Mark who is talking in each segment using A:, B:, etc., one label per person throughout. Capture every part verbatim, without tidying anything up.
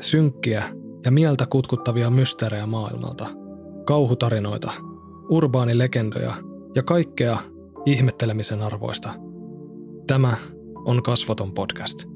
A: Synkkiä ja mieltä kutkuttavia mysteerejä maailmalta, kauhutarinoita, urbaanilegendoja ja kaikkea ihmettelemisen arvoista. Tämä on Kasvoton podcast.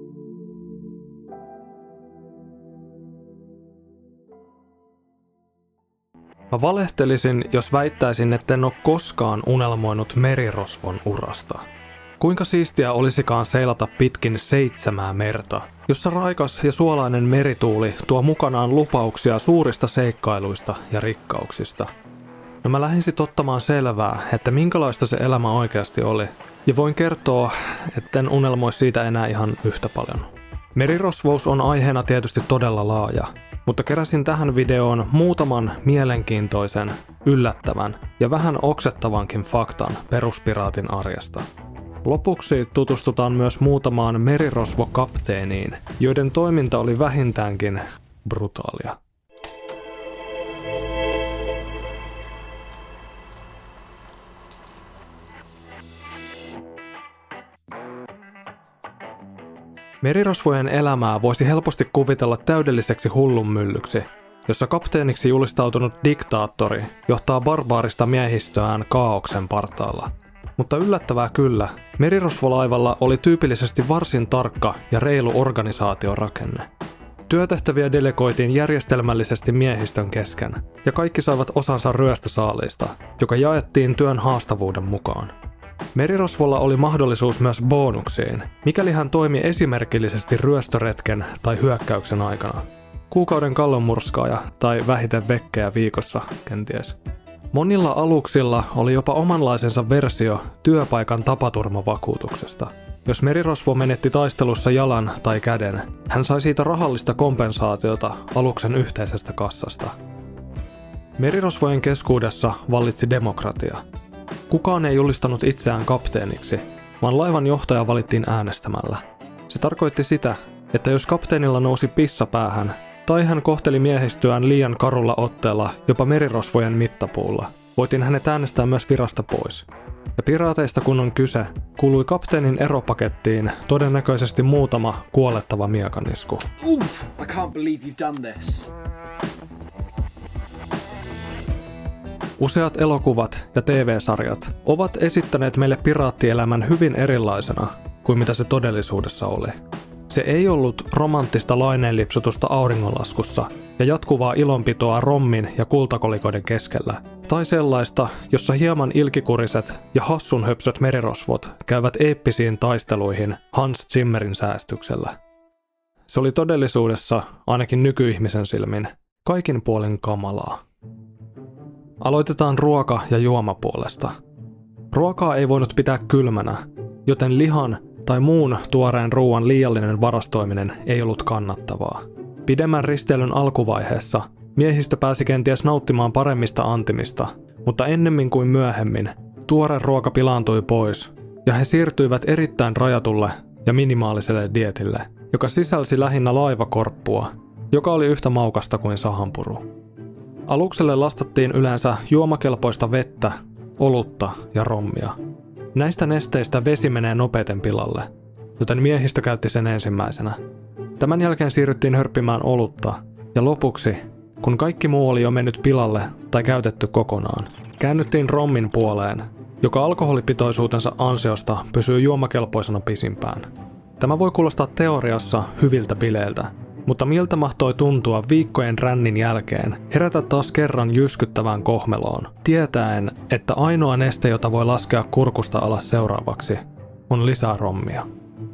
A: Mä valehtelisin, jos väittäisin, etten ole koskaan unelmoinut merirosvon urasta. Kuinka siistiä olisikaan seilata pitkin seitsemää merta, jossa raikas ja suolainen merituuli tuo mukanaan lupauksia suurista seikkailuista ja rikkauksista. No mä lähdin sit ottamaan selvää, että minkälaista se elämä oikeasti oli, ja voin kertoa, etten unelmoi siitä enää ihan yhtä paljon. Merirosvous on aiheena tietysti todella laaja, mutta keräsin tähän videoon muutaman mielenkiintoisen, yllättävän ja vähän oksettavankin faktan peruspiraatin arjesta. Lopuksi tutustutaan myös muutamaan merirosvokapteeniin, joiden toiminta oli vähintäänkin brutaalia. Merirosvojen elämää voisi helposti kuvitella täydelliseksi hullunmyllyksi, jossa kapteeniksi julistautunut diktaattori johtaa barbaarista miehistöään kaaoksen partaalla. Mutta yllättävää kyllä, merirosvolaivalla oli tyypillisesti varsin tarkka ja reilu organisaatiorakenne. Työtehtäviä delegoitiin järjestelmällisesti miehistön kesken, ja kaikki saivat osansa ryöstösaaliista, joka jaettiin työn haastavuuden mukaan. Merirosvolla oli mahdollisuus myös bonuksiin, mikäli hän toimi esimerkillisesti ryöstöretken tai hyökkäyksen aikana. Kuukauden kallonmurskaaja tai vähiten vekkejä viikossa, kenties. Monilla aluksilla oli jopa omanlaisensa versio työpaikan tapaturmavakuutuksesta. Jos merirosvo menetti taistelussa jalan tai käden, hän sai siitä rahallista kompensaatiota aluksen yhteisestä kassasta. Merirosvojen keskuudessa vallitsi demokratia. Kukaan ei julistanut itseään kapteeniksi, vaan laivan johtaja valittiin äänestämällä. Se tarkoitti sitä, että jos kapteenilla nousi pissa päähän, tai hän kohteli miehistöään liian karulla otteella jopa merirosvojen mittapuulla, voitiin hänet äänestää myös virasta pois. Ja piraateista kun on kyse, kuului kapteenin eropakettiin todennäköisesti muutama kuolettava miekanisku.
B: Uff, I can't believe you've done this.
A: Useat elokuvat ja T V-sarjat ovat esittäneet meille piraattielämän hyvin erilaisena kuin mitä se todellisuudessa oli. Se ei ollut romanttista laineenlipsutusta auringonlaskussa ja jatkuvaa ilonpitoa rommin ja kultakolikoiden keskellä, tai sellaista, jossa hieman ilkikuriset ja hassunhöpsöt merirosvot käyvät eeppisiin taisteluihin Hans Zimmerin säästyksellä. Se oli todellisuudessa, ainakin nykyihmisen silmin, kaikin puolin kamalaa. Aloitetaan ruoka- ja juomapuolesta. Ruokaa ei voinut pitää kylmänä, joten lihan tai muun tuoreen ruoan liiallinen varastoiminen ei ollut kannattavaa. Pidemmän risteilyn alkuvaiheessa miehistö pääsi kenties nauttimaan paremmista antimista, mutta ennemmin kuin myöhemmin tuore ruoka pilaantui pois ja he siirtyivät erittäin rajatulle ja minimaaliselle dietille, joka sisälsi lähinnä laivakorppua, joka oli yhtä maukasta kuin sahanpuru. Alukselle lastattiin yleensä juomakelpoista vettä, olutta ja rommia. Näistä nesteistä vesi menee nopeiten pilalle, joten miehistö käytti sen ensimmäisenä. Tämän jälkeen siirryttiin hörppimään olutta, ja lopuksi, kun kaikki muu oli jo mennyt pilalle tai käytetty kokonaan, käännyttiin rommin puoleen, joka alkoholipitoisuutensa ansiosta pysyy juomakelpoisena pisimpään. Tämä voi kuulostaa teoriassa hyviltä bileiltä, mutta miltä mahtoi tuntua viikkojen rännin jälkeen herätä taas kerran jyskyttävään kohmeloon, tietäen, että ainoa neste, jota voi laskea kurkusta alas seuraavaksi, on lisää rommia.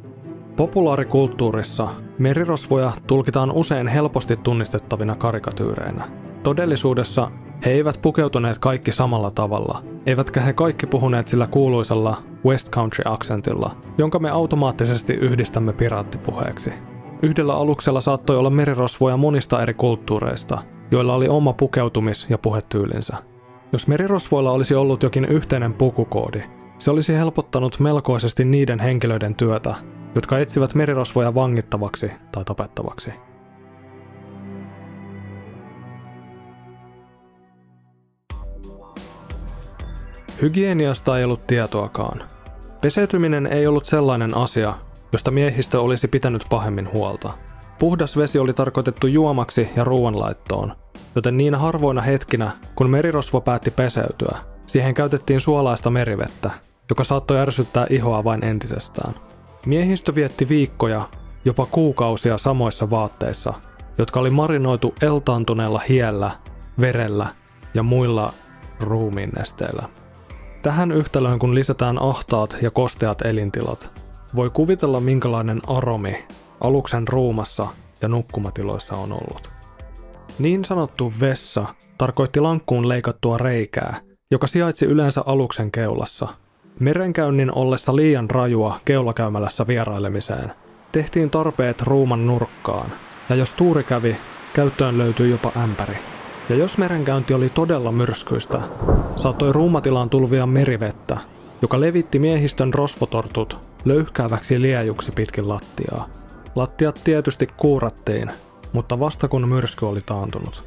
A: Populaarikulttuurissa merirosvoja tulkitaan usein helposti tunnistettavina karikatyyreinä. Todellisuudessa he eivät pukeutuneet kaikki samalla tavalla, eivätkä he kaikki puhuneet sillä kuuluisella West Country-aksentilla, jonka me automaattisesti yhdistämme piraattipuheeksi. Yhdellä aluksella saattoi olla merirosvoja monista eri kulttuureista, joilla oli oma pukeutumis- ja puhetyylinsä. Jos merirosvoilla olisi ollut jokin yhteinen pukukoodi, se olisi helpottanut melkoisesti niiden henkilöiden työtä, jotka etsivät merirosvoja vangittavaksi tai tapettavaksi. Hygieniasta ei ollut tietoakaan. Peseytyminen ei ollut sellainen asia, josta miehistö olisi pitänyt pahemmin huolta. Puhdas vesi oli tarkoitettu juomaksi ja ruoanlaittoon, joten niinä harvoina hetkinä, kun merirosvo päätti peseytyä, siihen käytettiin suolaista merivettä, joka saattoi ärsyttää ihoa vain entisestään. Miehistö vietti viikkoja, jopa kuukausia samoissa vaatteissa, jotka oli marinoitu eltaantuneella hiellä, verellä ja muilla ruumiinnesteillä. Tähän yhtälöön kun lisätään ahtaat ja kosteat elintilat, voi kuvitella minkälainen aromi aluksen ruumassa ja nukkumatiloissa on ollut. Niin sanottu vessa tarkoitti lankkuun leikattua reikää, joka sijaitsi yleensä aluksen keulassa. Merenkäynnin ollessa liian rajua keulakäymälässä vierailemiseen, tehtiin tarpeet ruuman nurkkaan, ja jos tuuri kävi, käyttöön löytyi jopa ämpäri. Ja jos merenkäynti oli todella myrskyistä, saattoi ruumatilaan tulvia merivettä, joka levitti miehistön rosvotortut löyhkääväksi liejuksi pitkin lattiaa. Lattiat tietysti kuurattiin, mutta vasta kun myrsky oli taantunut.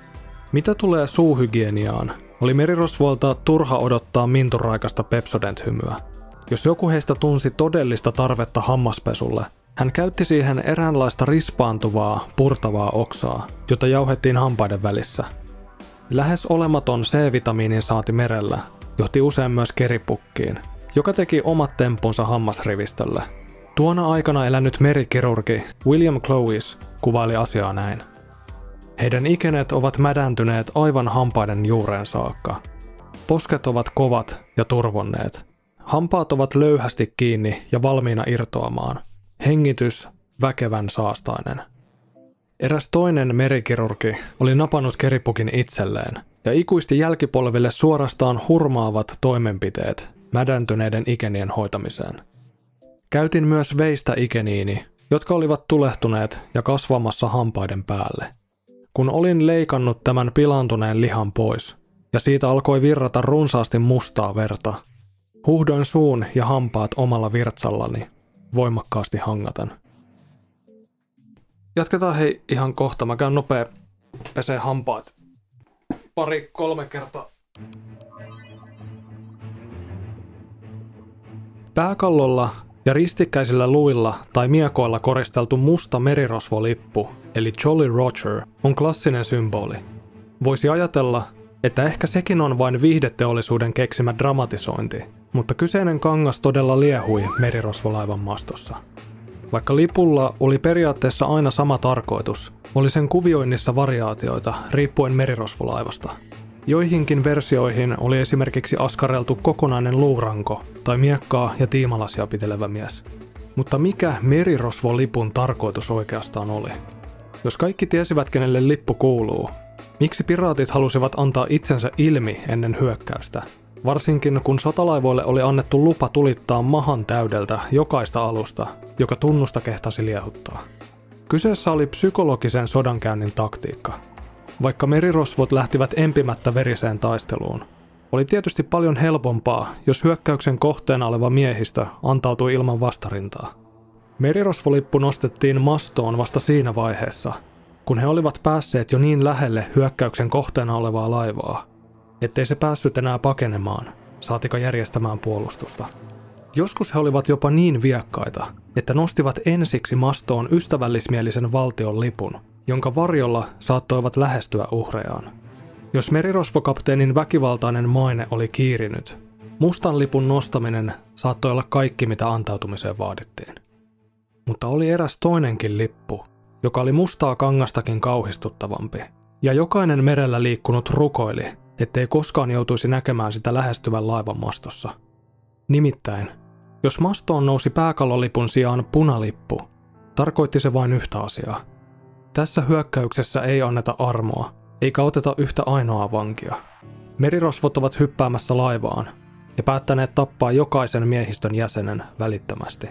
A: Mitä tulee suuhygieniaan, oli merirosvoilta turha odottaa minturaikasta Pepsodent-hymyä. Jos joku heistä tunsi todellista tarvetta hammaspesulle, hän käytti siihen eräänlaista rispaantuvaa, purtavaa oksaa, jota jauhettiin hampaiden välissä. Lähes olematon C-vitamiinin saanti merellä johti usein myös keripukkiin, joka teki omat temppunsa hammasrivistölle. Tuona aikana elänyt merikirurgi William Clowes kuvaili asiaa näin. Heidän ikenet ovat mädäntyneet aivan hampaiden juureen saakka. Posket ovat kovat ja turvonneet. Hampaat ovat löyhästi kiinni ja valmiina irtoamaan. Hengitys väkevän saastainen. Eräs toinen merikirurgi oli napannut keripukin itselleen ja ikuisti jälkipolville suorastaan hurmaavat toimenpiteet mädäntyneiden ikenien hoitamiseen. Käytin myös veistä ikeniini, jotka olivat tulehtuneet ja kasvamassa hampaiden päälle. Kun olin leikannut tämän pilaantuneen lihan pois, ja siitä alkoi virrata runsaasti mustaa verta, huuhdoin suun ja hampaat omalla virtsallani, voimakkaasti hangaten. Jatketaan hei ihan kohta. Mä käyn nopea pesee hampaat. Pari, kolme kertaa. Pääkallolla ja ristikkäisillä luilla tai miekoilla koristeltu musta merirosvolippu, eli Jolly Roger, on klassinen symboli. Voisi ajatella, että ehkä sekin on vain viihdeteollisuuden keksimä dramatisointi, mutta kyseinen kangas todella liehui merirosvolaivan mastossa. Vaikka lipulla oli periaatteessa aina sama tarkoitus, oli sen kuvioinnissa variaatioita riippuen merirosvolaivasta. Joihinkin versioihin oli esimerkiksi askareltu kokonainen luuranko tai miekkaa ja tiimalasia pitelevä mies. Mutta mikä merirosvolipun tarkoitus oikeastaan oli? Jos kaikki tiesivät, kenelle lippu kuuluu, miksi piraatit halusivat antaa itsensä ilmi ennen hyökkäystä? Varsinkin kun sotalaivoille oli annettu lupa tulittaa mahan täydeltä jokaista alusta, joka tunnusta kehtasi liehuttaa. Kyseessä oli psykologisen sodankäynnin taktiikka. Vaikka merirosvot lähtivät empimättä veriseen taisteluun, oli tietysti paljon helpompaa, jos hyökkäyksen kohteena oleva miehistö antautui ilman vastarintaa. Merirosvolippu nostettiin mastoon vasta siinä vaiheessa, kun he olivat päässeet jo niin lähelle hyökkäyksen kohteena olevaa laivaa, ettei se päässyt enää pakenemaan, saatika järjestämään puolustusta. Joskus he olivat jopa niin viekkaita, että nostivat ensiksi mastoon ystävällismielisen valtion lipun, jonka varjolla saattoivat lähestyä uhrejaan. Jos merirosvokapteenin väkivaltainen maine oli kiirinyt, mustan lipun nostaminen saattoi olla kaikki, mitä antautumiseen vaadittiin. Mutta oli eräs toinenkin lippu, joka oli mustaa kangastakin kauhistuttavampi, ja jokainen merellä liikkunut rukoili, ettei koskaan joutuisi näkemään sitä lähestyvän laivan mastossa. Nimittäin, jos mastoon nousi pääkallolipun sijaan punalippu, tarkoitti se vain yhtä asiaa. Tässä hyökkäyksessä ei anneta armoa, eikä oteta yhtä ainoaa vankia. Merirosvot ovat hyppäämässä laivaan ja päättäneet tappaa jokaisen miehistön jäsenen välittömästi.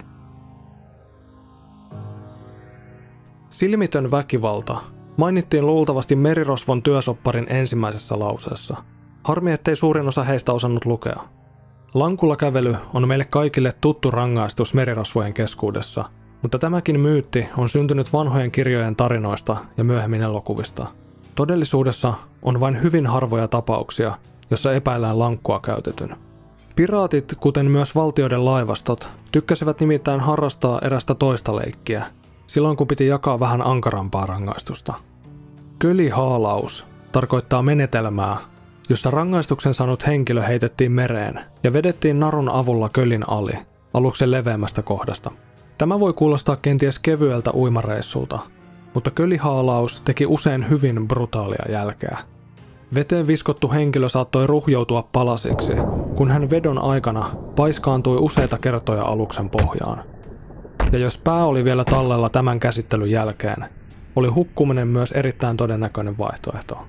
A: Silmitön väkivalta mainittiin luultavasti merirosvon työsopparin ensimmäisessä lauseessa. Harmi, ettei suurin osa heistä osannut lukea. Lankulla kävely on meille kaikille tuttu rangaistus merirosvojen keskuudessa, mutta tämäkin myytti on syntynyt vanhojen kirjojen tarinoista ja myöhemmin elokuvista. Todellisuudessa on vain hyvin harvoja tapauksia, jossa epäillään lankkua käytetyn. Piraatit, kuten myös valtioiden laivastot, tykkäsivät nimittäin harrastaa erästä toista leikkiä, silloin kun piti jakaa vähän ankarampaa rangaistusta. Kölihaalaus tarkoittaa menetelmää, jossa rangaistuksen saanut henkilö heitettiin mereen ja vedettiin narun avulla kölin ali, aluksen leveämmästä kohdasta. Tämä voi kuulostaa kenties kevyeltä uimareissulta, mutta kölihaalaus teki usein hyvin brutaalia jälkeä. Veteen viskottu henkilö saattoi ruhjoutua palasiksi, kun hän vedon aikana paiskaantui useita kertoja aluksen pohjaan. Ja jos pää oli vielä tallella tämän käsittelyn jälkeen, oli hukkuminen myös erittäin todennäköinen vaihtoehto.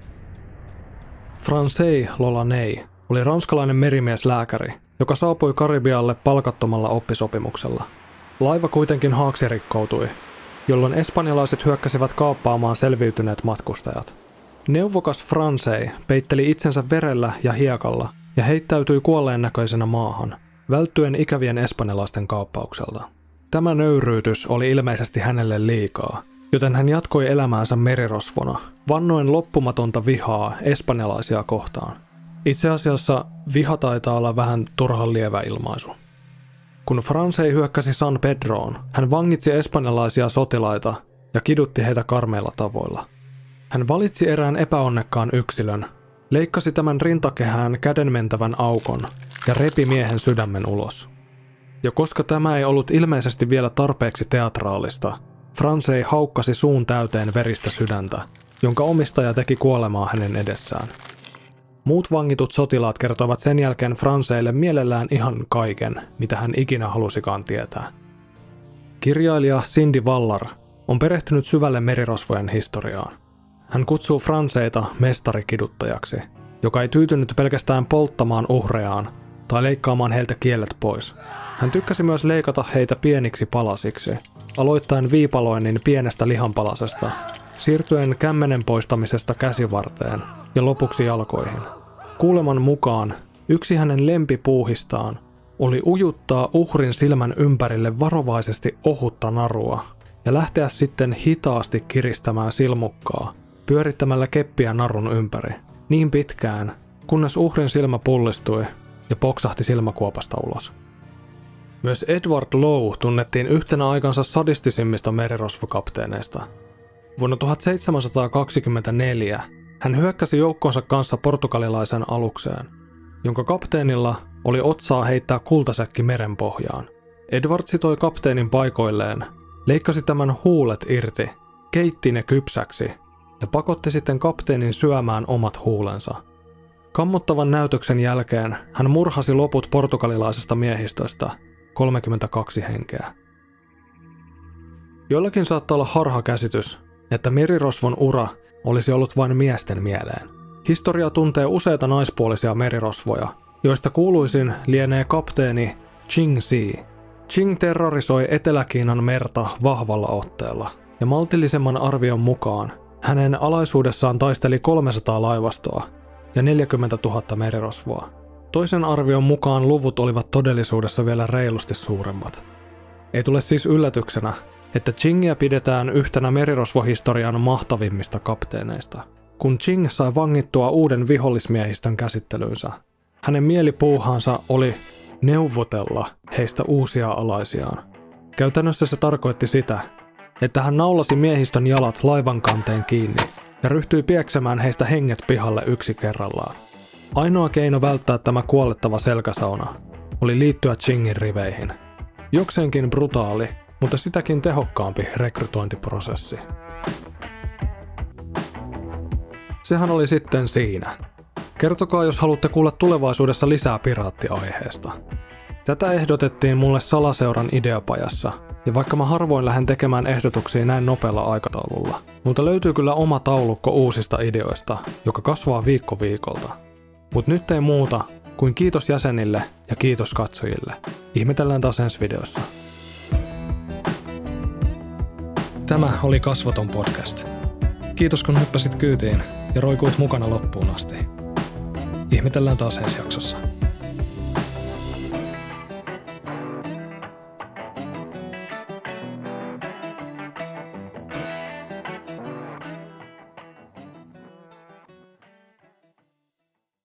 A: Francais Lolaney oli ranskalainen merimieslääkäri, joka saapui Karibialle palkattomalla oppisopimuksella. Laiva kuitenkin haaksirikkoutui, jolloin espanjalaiset hyökkäsivät kaappaamaan selviytyneet matkustajat. Neuvokas Francais peitteli itsensä verellä ja hiekalla ja heittäytyi kuolleen näköisenä maahan, välttyen ikävien espanjalaisten kaappaukselta. Tämä nöyryytys oli ilmeisesti hänelle liikaa, joten hän jatkoi elämäänsä merirosvona, vannoen loppumatonta vihaa espanjalaisia kohtaan. Itse asiassa viha taitaa olla vähän turhan lievä ilmaisu. Kun Francais hyökkäsi San Pedroon, hän vangitsi espanjalaisia sotilaita ja kidutti heitä karmeilla tavoilla. Hän valitsi erään epäonnekkaan yksilön, leikkasi tämän rintakehään kädenmentävän aukon ja repi miehen sydämen ulos. Ja koska tämä ei ollut ilmeisesti vielä tarpeeksi teatraalista, Francais haukkasi suun täyteen veristä sydäntä, jonka omistaja teki kuolemaa hänen edessään. Muut vangitut sotilaat kertoivat sen jälkeen Franceille mielellään ihan kaiken, mitä hän ikinä halusikaan tietää. Kirjailija Cindy Vallar on perehtynyt syvälle merirosvojen historiaan. Hän kutsuu Franceita mestarikiduttajaksi, joka ei tyytynyt pelkästään polttamaan uhrejaan tai leikkaamaan heiltä kielet pois. Hän tykkäsi myös leikata heitä pieniksi palasiksi, aloittaen viipaloinnin pienestä lihanpalasesta, siirtyen kämmenen poistamisesta käsivarteen ja lopuksi jalkoihin. Kuuleman mukaan yksi hänen lempipuuhistaan oli ujuttaa uhrin silmän ympärille varovaisesti ohutta narua ja lähteä sitten hitaasti kiristämään silmukkaa, pyörittämällä keppiä narun ympäri, niin pitkään, kunnes uhrin silmä pullistui ja poksahti silmäkuopasta ulos. Myös Edward Lowe tunnettiin yhtenä aikansa sadistisimmista merirosvokapteeneista. Vuonna tuhatseitsemänsataakaksikymmentäneljä hän hyökkäsi joukkonsa kanssa portugalilaisen alukseen, jonka kapteenilla oli otsaa heittää kultasäkki meren pohjaan. Edward sitoi kapteenin paikoilleen, leikkasi tämän huulet irti, keitti ne kypsäksi ja pakotti sitten kapteenin syömään omat huulensa. Kammottavan näytöksen jälkeen hän murhasi loput portugalilaisesta miehistöstä, kolmekymmentäkaksi henkeä. Joillakin saattaa olla harhakäsitys, että merirosvon ura olisi ollut vain miesten mieleen. Historia tuntee useita naispuolisia merirosvoja, joista kuuluisin lienee kapteeni Ching Si. Ching terrorisoi Etelä-Kiinan merta vahvalla otteella, ja maltillisemman arvion mukaan hänen alaisuudessaan taisteli kolmesataa laivastoa ja neljäkymmentätuhatta merirosvoa. Toisen arvion mukaan luvut olivat todellisuudessa vielä reilusti suuremmat. Ei tule siis yllätyksenä, että Chingia pidetään yhtenä merirosvohistorian mahtavimmista kapteeneista. Kun Ching sai vangittua uuden vihollismiehistön käsittelyynsä, hänen mielipuuhansa oli neuvotella heistä uusia alaisiaan. Käytännössä se tarkoitti sitä, että hän naulasi miehistön jalat laivan kanteen kiinni ja ryhtyi pieksemään heistä henget pihalle yksi kerrallaan. Ainoa keino välttää tämä kuolettava selkäsauna oli liittyä Chingin riveihin. Jokseenkin brutaali, mutta sitäkin tehokkaampi rekrytointiprosessi. Sehän oli sitten siinä. Kertokaa, jos haluatte kuulla tulevaisuudessa lisää piraattiaiheesta. Tätä ehdotettiin mulle Salaseuran ideapajassa, ja vaikka mä harvoin lähden tekemään ehdotuksia näin nopealla aikataululla, mutta löytyy kyllä oma taulukko uusista ideoista, joka kasvaa viikko viikolta. Mut nyt ei muuta kuin kiitos jäsenille ja kiitos katsojille. Ihmetellään taas ensi videossa. Tämä oli Kasvoton podcast. Kiitos kun hyppäsit kyytiin ja roikuit mukana loppuun asti. Ihmetellään taas ensi jaksossa.